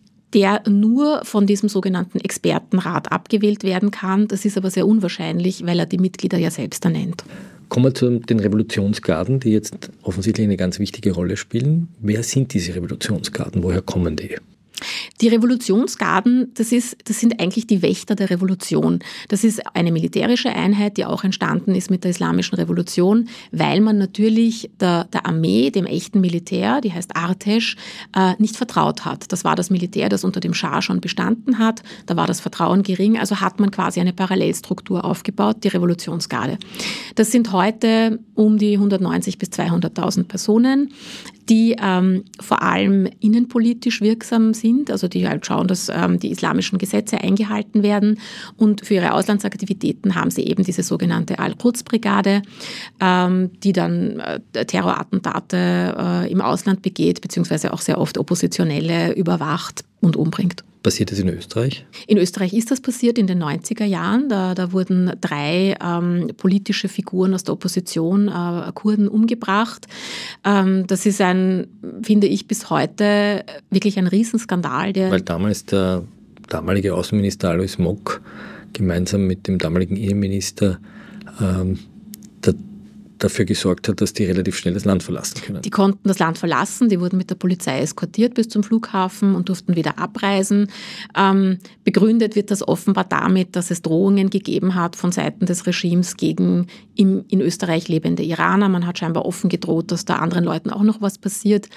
der nur von diesem sogenannten Expertenrat abgewählt werden kann. Das ist aber sehr unwahrscheinlich, weil er die Mitglieder ja selbst ernennt. Kommen wir zu den Revolutionsgarden, die jetzt offensichtlich eine ganz wichtige Rolle spielen. Wer sind diese Revolutionsgarden? Woher kommen die? Die Revolutionsgarden, das, ist, das sind eigentlich die Wächter der Revolution. Das ist eine militärische Einheit, die auch entstanden ist mit der Islamischen Revolution, weil man natürlich der, der Armee, dem echten Militär, die heißt Artesch, äh, nicht vertraut hat. Das war das Militär, das unter dem Schah schon bestanden hat. Da war das Vertrauen gering, also hat man quasi eine Parallelstruktur aufgebaut, die Revolutionsgarde. Das sind heute um die hundertneunzig bis zweihunderttausend Personen. die ähm, vor allem innenpolitisch wirksam sind, also die halt schauen, dass ähm, die islamischen Gesetze eingehalten werden. Und für ihre Auslandsaktivitäten haben sie eben diese sogenannte Al-Quds-Brigade, ähm, die dann äh, Terrorattentate äh, im Ausland begeht, beziehungsweise auch sehr oft Oppositionelle überwacht und umbringt. Passiert das in Österreich? In Österreich ist das passiert in den neunziger Jahren. Da, da wurden drei ähm, politische Figuren aus der Opposition, äh, Kurden, umgebracht. Ähm, das ist ein, finde ich, bis heute wirklich ein Riesenskandal. Der Weil damals der damalige Außenminister Alois Mock gemeinsam mit dem damaligen Innenminister ähm, der dafür gesorgt hat, dass die relativ schnell das Land verlassen können. Die konnten das Land verlassen, die wurden mit der Polizei eskortiert bis zum Flughafen und durften wieder abreisen. Ähm, begründet wird das offenbar damit, dass es Drohungen gegeben hat von Seiten des Regimes gegen im, in Österreich lebende Iraner. Man hat scheinbar offen gedroht, dass da anderen Leuten auch noch was passiert.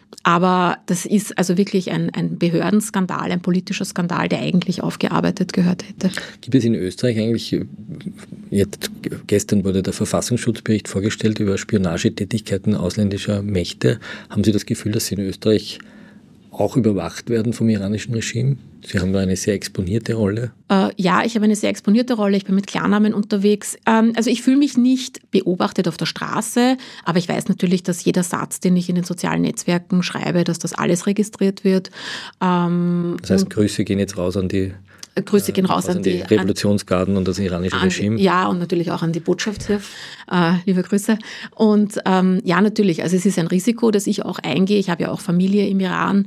Aber das ist also wirklich ein, ein Behördenskandal, ein politischer Skandal, der eigentlich aufgearbeitet gehört hätte. Gibt es in Österreich eigentlich, jetzt, gestern wurde der Verfassungsschutzbericht vorgestellt über Spionagetätigkeiten ausländischer Mächte. Haben Sie das Gefühl, dass Sie in Österreich auch überwacht werden vom iranischen Regime? Sie haben da eine sehr exponierte Rolle. Äh, ja, ich habe eine sehr exponierte Rolle. Ich bin mit Klarnamen unterwegs. Ähm, also ich fühle mich nicht beobachtet auf der Straße, aber ich weiß natürlich, dass jeder Satz, den ich in den sozialen Netzwerken schreibe, dass das alles registriert wird. Ähm, das heißt, Grüße gehen jetzt raus an die Grüße gehen raus also an die, die Revolutionsgarden und das iranische an, Regime. Ja, und natürlich auch an die Botschaft hier. Äh, liebe Grüße. Und ähm, ja, natürlich, also es ist ein Risiko, das ich auch eingehe. Ich habe ja auch Familie im Iran,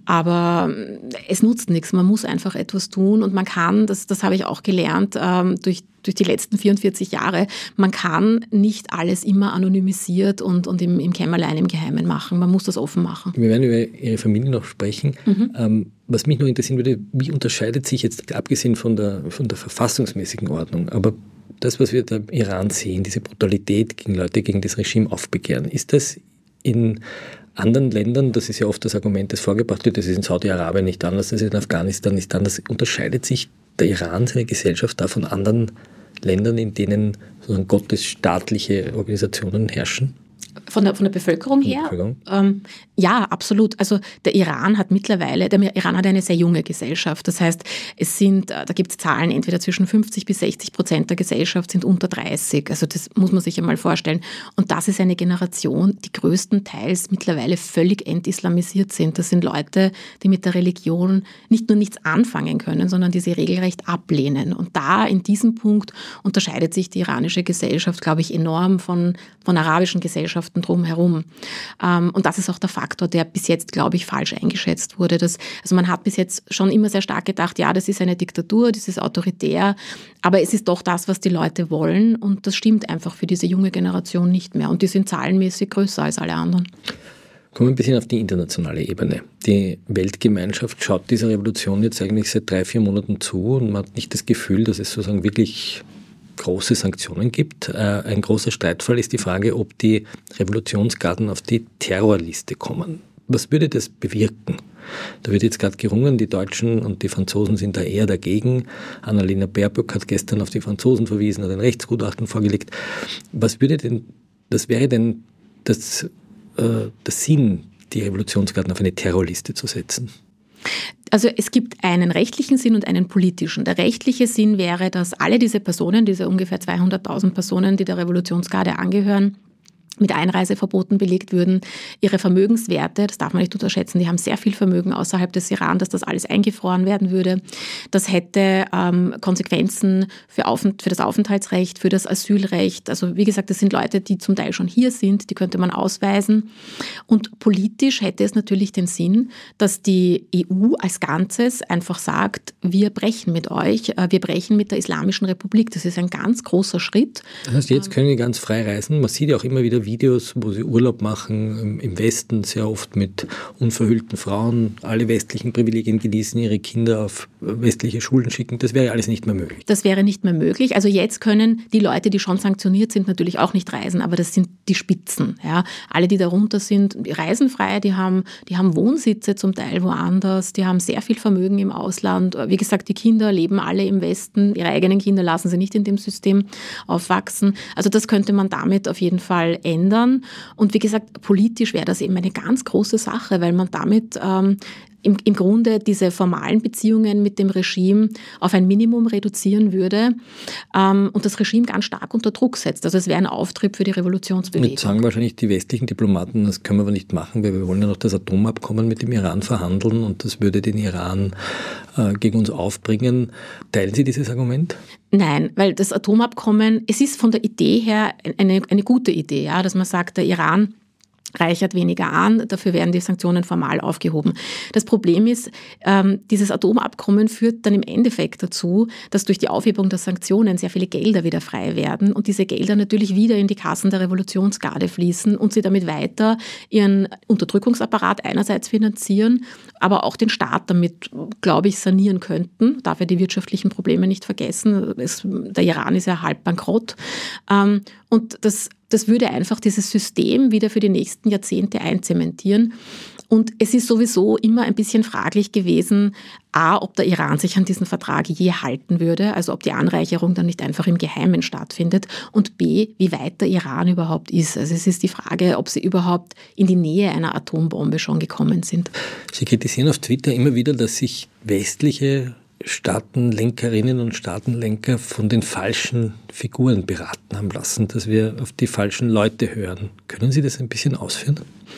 aber es nutzt nichts. Man muss einfach etwas tun und man kann, das, das habe ich auch gelernt ähm, durch durch die letzten vierundvierzig Jahre, man kann nicht alles immer anonymisiert und, und im, im Kämmerlein im Geheimen machen. Man muss das offen machen. Wir werden über Ihre Familie noch sprechen. Mhm. Ähm, was mich noch interessieren würde, wie unterscheidet sich jetzt, abgesehen von der, von der verfassungsmäßigen Ordnung, aber das, was wir da im Iran sehen, diese Brutalität gegen Leute, gegen das Regime aufbegehren, ist das in anderen Ländern, das ist ja oft das Argument, das vorgebracht wird, das ist in Saudi-Arabien nicht anders, das ist in Afghanistan nicht anders, unterscheidet sich der Iran, seine Gesellschaft, da von anderen Ländern, in denen sozusagen gottesstaatliche Organisationen herrschen? Von der, von der Bevölkerung her? Bevölkerung? Ähm, ja, absolut. Also der Iran hat mittlerweile, der Iran hat eine sehr junge Gesellschaft. Das heißt, es sind, da gibt es Zahlen, entweder zwischen fünfzig bis sechzig Prozent der Gesellschaft sind unter dreißig. Also das muss man sich einmal vorstellen. Und das ist eine Generation, die größtenteils mittlerweile völlig entislamisiert sind. Das sind Leute, die mit der Religion nicht nur nichts anfangen können, sondern die sie regelrecht ablehnen. Und da, in diesem Punkt, unterscheidet sich die iranische Gesellschaft, glaube ich, enorm von, von arabischen Gesellschaften drumherum. Und das ist auch der Faktor, der bis jetzt, glaube ich, falsch eingeschätzt wurde. Das, also man hat bis jetzt schon immer sehr stark gedacht, ja, das ist eine Diktatur, das ist autoritär, aber es ist doch das, was die Leute wollen und das stimmt einfach für diese junge Generation nicht mehr und die sind zahlenmäßig größer als alle anderen. Kommen wir ein bisschen auf die internationale Ebene. Die Weltgemeinschaft schaut dieser Revolution jetzt eigentlich seit drei, vier Monaten zu und man hat nicht das Gefühl, dass es sozusagen wirklich große Sanktionen gibt. Ein großer Streitfall ist die Frage, ob die Revolutionsgarden auf die Terrorliste kommen. Was würde das bewirken? Da wird jetzt gerade gerungen, die Deutschen und die Franzosen sind da eher dagegen. Annalena Baerbock hat gestern auf die Franzosen verwiesen, hat ein Rechtsgutachten vorgelegt. Was würde denn, das wäre denn das, äh, der Sinn, die Revolutionsgarden auf eine Terrorliste zu setzen? Also es gibt einen rechtlichen Sinn und einen politischen. Der rechtliche Sinn wäre, dass alle diese Personen, diese ungefähr zweihunderttausend Personen, die der Revolutionsgarde angehören, mit Einreiseverboten belegt würden, ihre Vermögenswerte, das darf man nicht unterschätzen, die haben sehr viel Vermögen außerhalb des Iran, dass das alles eingefroren werden würde. Das hätte ähm, Konsequenzen für, Aufent- für das Aufenthaltsrecht, für das Asylrecht. Also wie gesagt, das sind Leute, die zum Teil schon hier sind, die könnte man ausweisen. Und politisch hätte es natürlich den Sinn, dass die E U als Ganzes einfach sagt, wir brechen mit euch, äh, wir brechen mit der Islamischen Republik. Das ist ein ganz großer Schritt. Das heißt, jetzt können die ganz frei reisen. Man sieht ja auch immer wieder Videos, wo sie Urlaub machen, im Westen sehr oft mit unverhüllten Frauen, alle westlichen Privilegien genießen, ihre Kinder auf westliche Schulen schicken, das wäre alles nicht mehr möglich. Das wäre nicht mehr möglich. Also jetzt können die Leute, die schon sanktioniert sind, natürlich auch nicht reisen, aber das sind die Spitzen. Ja. Alle, die darunter sind, die reisen frei, die haben, die haben Wohnsitze zum Teil woanders, die haben sehr viel Vermögen im Ausland. Wie gesagt, die Kinder leben alle im Westen, ihre eigenen Kinder lassen sie nicht in dem System aufwachsen. Also das könnte man damit auf jeden Fall ändern. Und wie gesagt, politisch wäre das eben eine ganz große Sache, weil man damit ähm, Im, im Grunde diese formalen Beziehungen mit dem Regime auf ein Minimum reduzieren würde ähm, und das Regime ganz stark unter Druck setzt. Also es wäre ein Auftrieb für die Revolutionsbewegung. Jetzt sagen wahrscheinlich die westlichen Diplomaten, das können wir aber nicht machen, weil wir wollen ja noch das Atomabkommen mit dem Iran verhandeln und das würde den Iran äh, gegen uns aufbringen. Teilen Sie dieses Argument? Nein, weil das Atomabkommen, es ist von der Idee her eine, eine gute Idee, ja, dass man sagt, der Iran reichert weniger an, dafür werden die Sanktionen formal aufgehoben. Das Problem ist, ähm, dieses Atomabkommen führt dann im Endeffekt dazu, dass durch die Aufhebung der Sanktionen sehr viele Gelder wieder frei werden und diese Gelder natürlich wieder in die Kassen der Revolutionsgarde fließen und sie damit weiter ihren Unterdrückungsapparat einerseits finanzieren, aber auch den Staat damit, glaube ich, sanieren könnten. Darf er die wirtschaftlichen Probleme nicht vergessen. Es, der Iran ist ja halb bankrott. Ähm, und das Das würde einfach dieses System wieder für die nächsten Jahrzehnte einzementieren. Und es ist sowieso immer ein bisschen fraglich gewesen, a, ob der Iran sich an diesen Vertrag je halten würde, also ob die Anreicherung dann nicht einfach im Geheimen stattfindet, und b, wie weit der Iran überhaupt ist. Also es ist die Frage, ob sie überhaupt in die Nähe einer Atombombe schon gekommen sind. Sie kritisieren auf Twitter immer wieder, dass sich westliche Staatenlenkerinnen und Staatenlenker von den falschen Figuren beraten haben lassen, dass wir auf die falschen Leute hören. Können Sie das ein bisschen ausführen?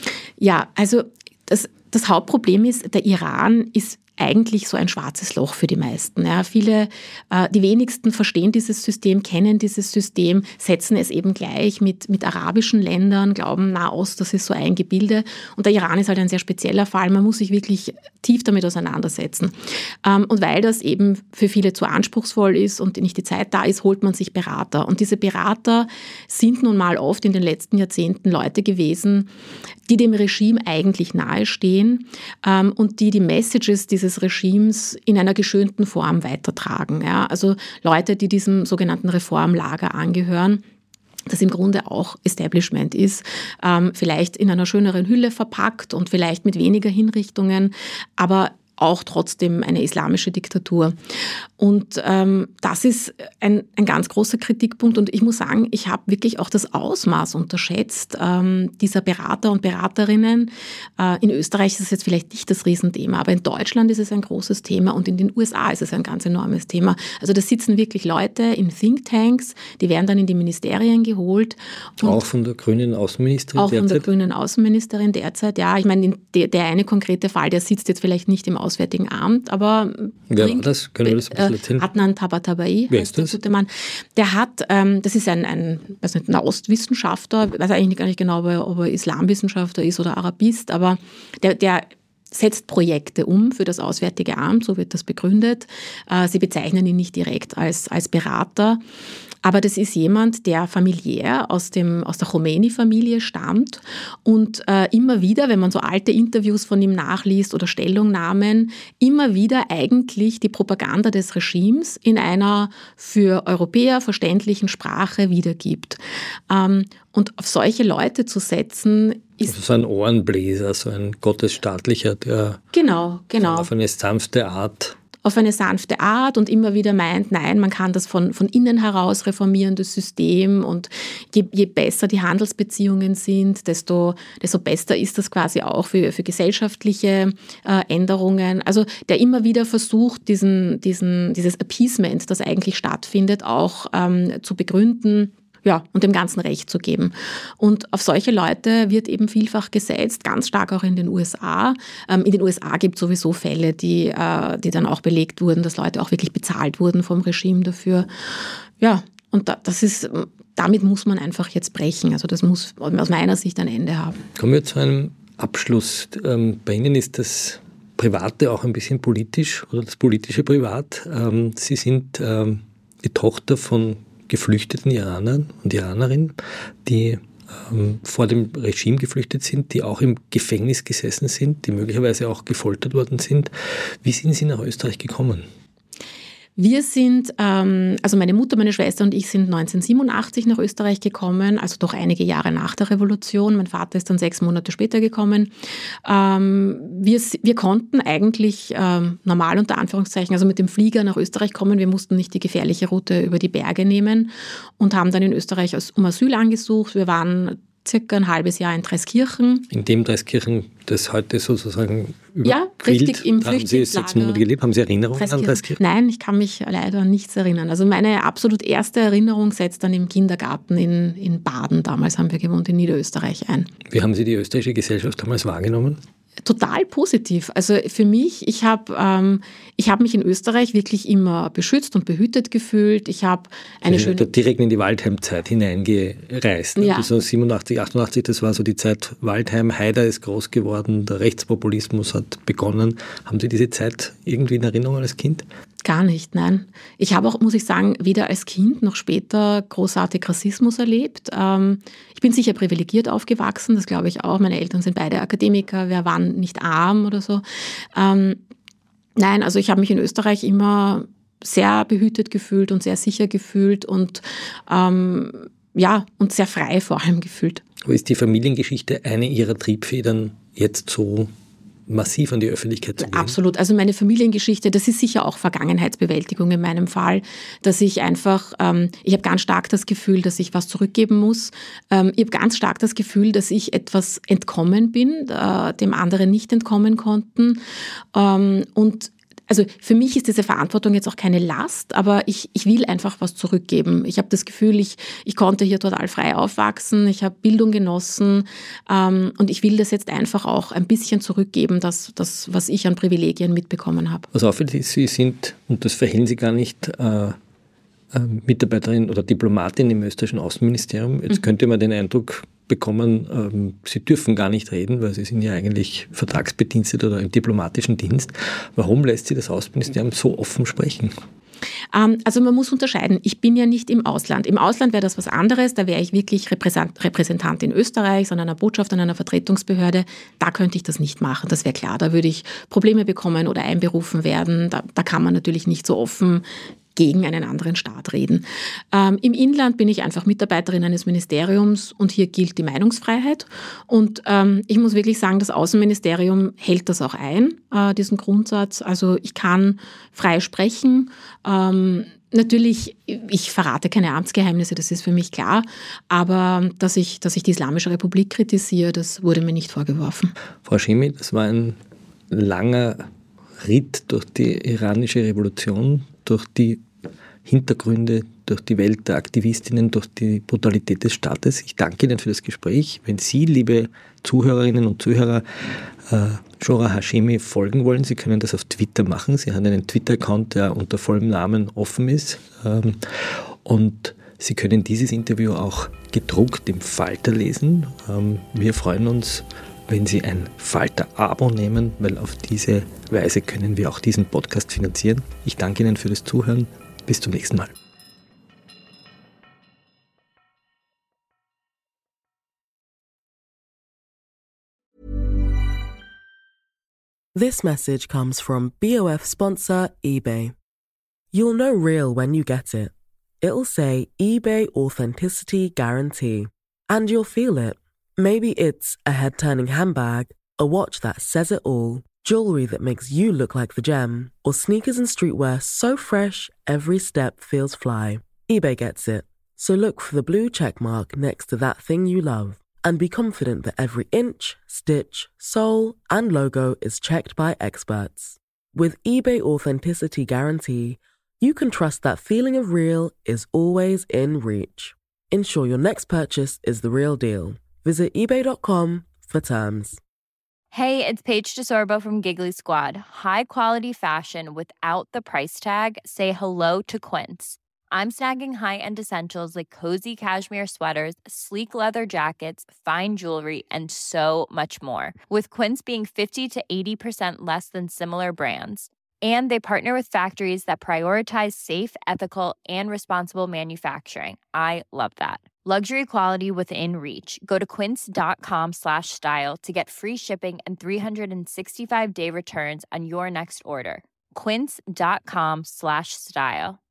Ja, also das, das Hauptproblem ist, der Iran ist eigentlich so ein schwarzes Loch für die meisten. Ja, viele, äh, die wenigsten verstehen dieses System, kennen dieses System, setzen es eben gleich mit, mit arabischen Ländern, glauben, Nahost, das ist so ein Gebilde. Und der Iran ist halt ein sehr spezieller Fall. Man muss sich wirklich tief damit auseinandersetzen. Ähm, und weil das eben für viele zu anspruchsvoll ist und nicht die Zeit da ist, holt man sich Berater. Und diese Berater sind nun mal oft in den letzten Jahrzehnten Leute gewesen, die dem Regime eigentlich nahestehen ähm, und die die Messages dieses Regimes in einer geschönten Form weitertragen. Ja, also Leute, die diesem sogenannten Reformlager angehören, das im Grunde auch Establishment ist, ähm, vielleicht in einer schöneren Hülle verpackt und vielleicht mit weniger Hinrichtungen, aber auch trotzdem eine islamische Diktatur. Und ähm, das ist ein, ein ganz großer Kritikpunkt. Und ich muss sagen, ich habe wirklich auch das Ausmaß unterschätzt ähm, dieser Berater und Beraterinnen. Äh, in Österreich ist es jetzt vielleicht nicht das Riesenthema, aber in Deutschland ist es ein großes Thema und in den U S A ist es ein ganz enormes Thema. Also da sitzen wirklich Leute in Thinktanks, die werden dann in die Ministerien geholt. Auch von der grünen Außenministerin auch derzeit? Auch von der grünen Außenministerin derzeit, ja. Ich meine, der, der eine konkrete Fall, der sitzt jetzt vielleicht nicht im Auswärtigen Amt, aber wer war das? Können wir das ein bisschen erzählen? Adnan Tabatabai. Wer ist das? Der gute Mann. Der hat, ähm, das ist ein, ein weiß nicht, Nahostwissenschaftler, ich weiß eigentlich gar nicht genau, ob er, ob er Islamwissenschaftler ist oder Arabist, aber der, der setzt Projekte um für das Auswärtige Amt, so wird das begründet. Äh, sie bezeichnen ihn nicht direkt als, als Berater. Aber das ist jemand, der familiär aus, dem, aus der Khomeini-Familie stammt und äh, immer wieder, wenn man so alte Interviews von ihm nachliest oder Stellungnahmen, immer wieder eigentlich die Propaganda des Regimes in einer für Europäer verständlichen Sprache wiedergibt. Ähm, und auf solche Leute zu setzen, ist... Also so ein Ohrenbläser, so ein gottesstaatlicher, der genau, genau. auf eine sanfte Art... auf eine sanfte Art und immer wieder meint, nein, man kann das von, von innen heraus reformieren, das System, und je, je besser die Handelsbeziehungen sind, desto, desto besser ist das quasi auch für, für gesellschaftliche äh, Änderungen. Also der immer wieder versucht, diesen, diesen, dieses Appeasement, das eigentlich stattfindet, auch ähm, zu begründen. Ja, und dem Ganzen Recht zu geben. Und auf solche Leute wird eben vielfach gesetzt, ganz stark auch in den U S A. Ähm, in den U S A gibt es sowieso Fälle, die, äh, die dann auch belegt wurden, dass Leute auch wirklich bezahlt wurden vom Regime dafür. Ja, und da, das ist, damit muss man einfach jetzt brechen. Also das muss aus meiner Sicht ein Ende haben. Kommen wir zu einem Abschluss. Ähm, bei Ihnen ist das Private auch ein bisschen politisch, oder das politische Privat. Ähm, Sie sind ähm, die Tochter von geflüchteten Iranern und Iranerinnen, die ähm, vor dem Regime geflüchtet sind, die auch im Gefängnis gesessen sind, die möglicherweise auch gefoltert worden sind. Wie sind Sie nach Österreich gekommen? Wir sind, ähm, also meine Mutter, meine Schwester und ich sind neunzehnhundertsiebenundachtzig nach Österreich gekommen, also doch einige Jahre nach der Revolution. Mein Vater ist dann sechs Monate später gekommen. Ähm, wir, wir konnten eigentlich ähm, normal unter Anführungszeichen, also mit dem Flieger nach Österreich kommen. Wir mussten nicht die gefährliche Route über die Berge nehmen und haben dann in Österreich um Asyl angesucht. Wir waren circa ein halbes Jahr in Dreiskirchen. In dem Dreiskirchen, das heute sozusagen ja, richtig, im Flüchtlingslager. Haben Sie sechs Monate gelebt? Haben Sie Erinnerungen Dreiskirchen. an Dreiskirchen? Nein, ich kann mich leider an nichts erinnern. Also meine absolut erste Erinnerung setzt dann im Kindergarten in, in Baden, damals haben wir gewohnt, in Niederösterreich ein. Wie haben Sie die österreichische Gesellschaft damals wahrgenommen? Total positiv. Also für mich, ich habe ähm, ich hab mich in Österreich wirklich immer beschützt und behütet gefühlt. Ich habe eine Sie schöne... sind direkt in die Waldheim-Zeit hineingereist. Ne? Ja. Also siebenundachtzig, achtundachtzig, das war so die Zeit Waldheim. Haider ist groß geworden, der Rechtspopulismus hat begonnen. Haben Sie diese Zeit irgendwie in Erinnerung als Kind? Gar nicht, nein. Ich habe auch, muss ich sagen, weder als Kind noch später großartig Rassismus erlebt. Ähm, ich bin sicher privilegiert aufgewachsen, das glaube ich auch. Meine Eltern sind beide Akademiker, wir waren nicht arm oder so. Ähm, nein, also ich habe mich in Österreich immer sehr behütet gefühlt und sehr sicher gefühlt und ähm, ja, und sehr frei vor allem gefühlt. Aber ist die Familiengeschichte eine Ihrer Triebfedern jetzt so massiv an die Öffentlichkeit zu gehen? Absolut. Also meine Familiengeschichte, das ist sicher auch Vergangenheitsbewältigung in meinem Fall, dass ich einfach, ähm, ich habe ganz stark das Gefühl, dass ich was zurückgeben muss. Ähm, ich habe ganz stark das Gefühl, dass ich etwas entkommen bin, äh, dem anderen nicht entkommen konnten. Ähm, und Also für mich ist diese Verantwortung jetzt auch keine Last, aber ich, ich will einfach was zurückgeben. Ich habe das Gefühl, ich, ich konnte hier total frei aufwachsen, ich habe Bildung genossen ähm, und ich will das jetzt einfach auch ein bisschen zurückgeben, das, das was ich an Privilegien mitbekommen habe. Was auffällt ist, Sie sind, und das verhehlen Sie gar nicht, äh, äh, Mitarbeiterin oder Diplomatin im österreichischen Außenministerium. Jetzt mhm. könnte man den Eindruck bekommen, ähm, Sie dürfen gar nicht reden, weil Sie sind ja eigentlich vertragsbedienstet oder im diplomatischen Dienst. Warum lässt Sie das Außenministerium so offen sprechen? Ähm, also man muss unterscheiden. Ich bin ja nicht im Ausland. Im Ausland wäre das was anderes. Da wäre ich wirklich Repräsentant in Österreich, an einer Botschaft, an einer Vertretungsbehörde. Da könnte ich das nicht machen. Das wäre klar. Da würde ich Probleme bekommen oder einberufen werden. Da, da kann man natürlich nicht so offen gegen einen anderen Staat reden. Ähm, Im Inland bin ich einfach Mitarbeiterin eines Ministeriums und hier gilt die Meinungsfreiheit. Und ähm, ich muss wirklich sagen, das Außenministerium hält das auch ein, äh, diesen Grundsatz. Also ich kann frei sprechen. Ähm, natürlich, ich verrate keine Amtsgeheimnisse, das ist für mich klar. Aber dass ich, dass ich die Islamische Republik kritisiere, das wurde mir nicht vorgeworfen. Frau Hashemi, das war ein langer Ritt durch die iranische Revolution, durch die Hintergründe, durch die Welt der Aktivistinnen, durch die Brutalität des Staates. Ich danke Ihnen für das Gespräch. Wenn Sie, liebe Zuhörerinnen und Zuhörer, äh, Zohra Hashemi folgen wollen, Sie können das auf Twitter machen. Sie haben einen Twitter-Account, der unter vollem Namen offen ist. Ähm, und Sie können dieses Interview auch gedruckt im Falter lesen. Ähm, wir freuen uns, wenn Sie ein Falter-Abo nehmen, weil auf diese Weise können wir auch diesen Podcast finanzieren. Ich danke Ihnen für das Zuhören. Bis zum nächsten Mal. This message comes from B O F sponsor eBay. You'll know real when you get it. It'll say eBay Authenticity Guarantee. And you'll feel it. Maybe it's a head-turning handbag, a watch that says it all, jewelry that makes you look like the gem, or sneakers and streetwear so fresh, every step feels fly. eBay gets it. So look for the blue check mark next to that thing you love and be confident that every inch, stitch, sole, and logo is checked by experts. With eBay Authenticity Guarantee, you can trust that feeling of real is always in reach. Ensure your next purchase is the real deal. Visit ebay dot com for terms. Hey, it's Paige DeSorbo from Giggly Squad. High quality fashion without the price tag. Say hello to Quince. I'm snagging high-end essentials like cozy cashmere sweaters, sleek leather jackets, fine jewelry, and so much more. With Quince being fifty to eighty percent less than similar brands. And they partner with factories that prioritize safe, ethical, and responsible manufacturing. I love that. Luxury quality within reach. Go to quince.com slash style to get free shipping and three sixty-five day returns on your next order. Quince.com slash style.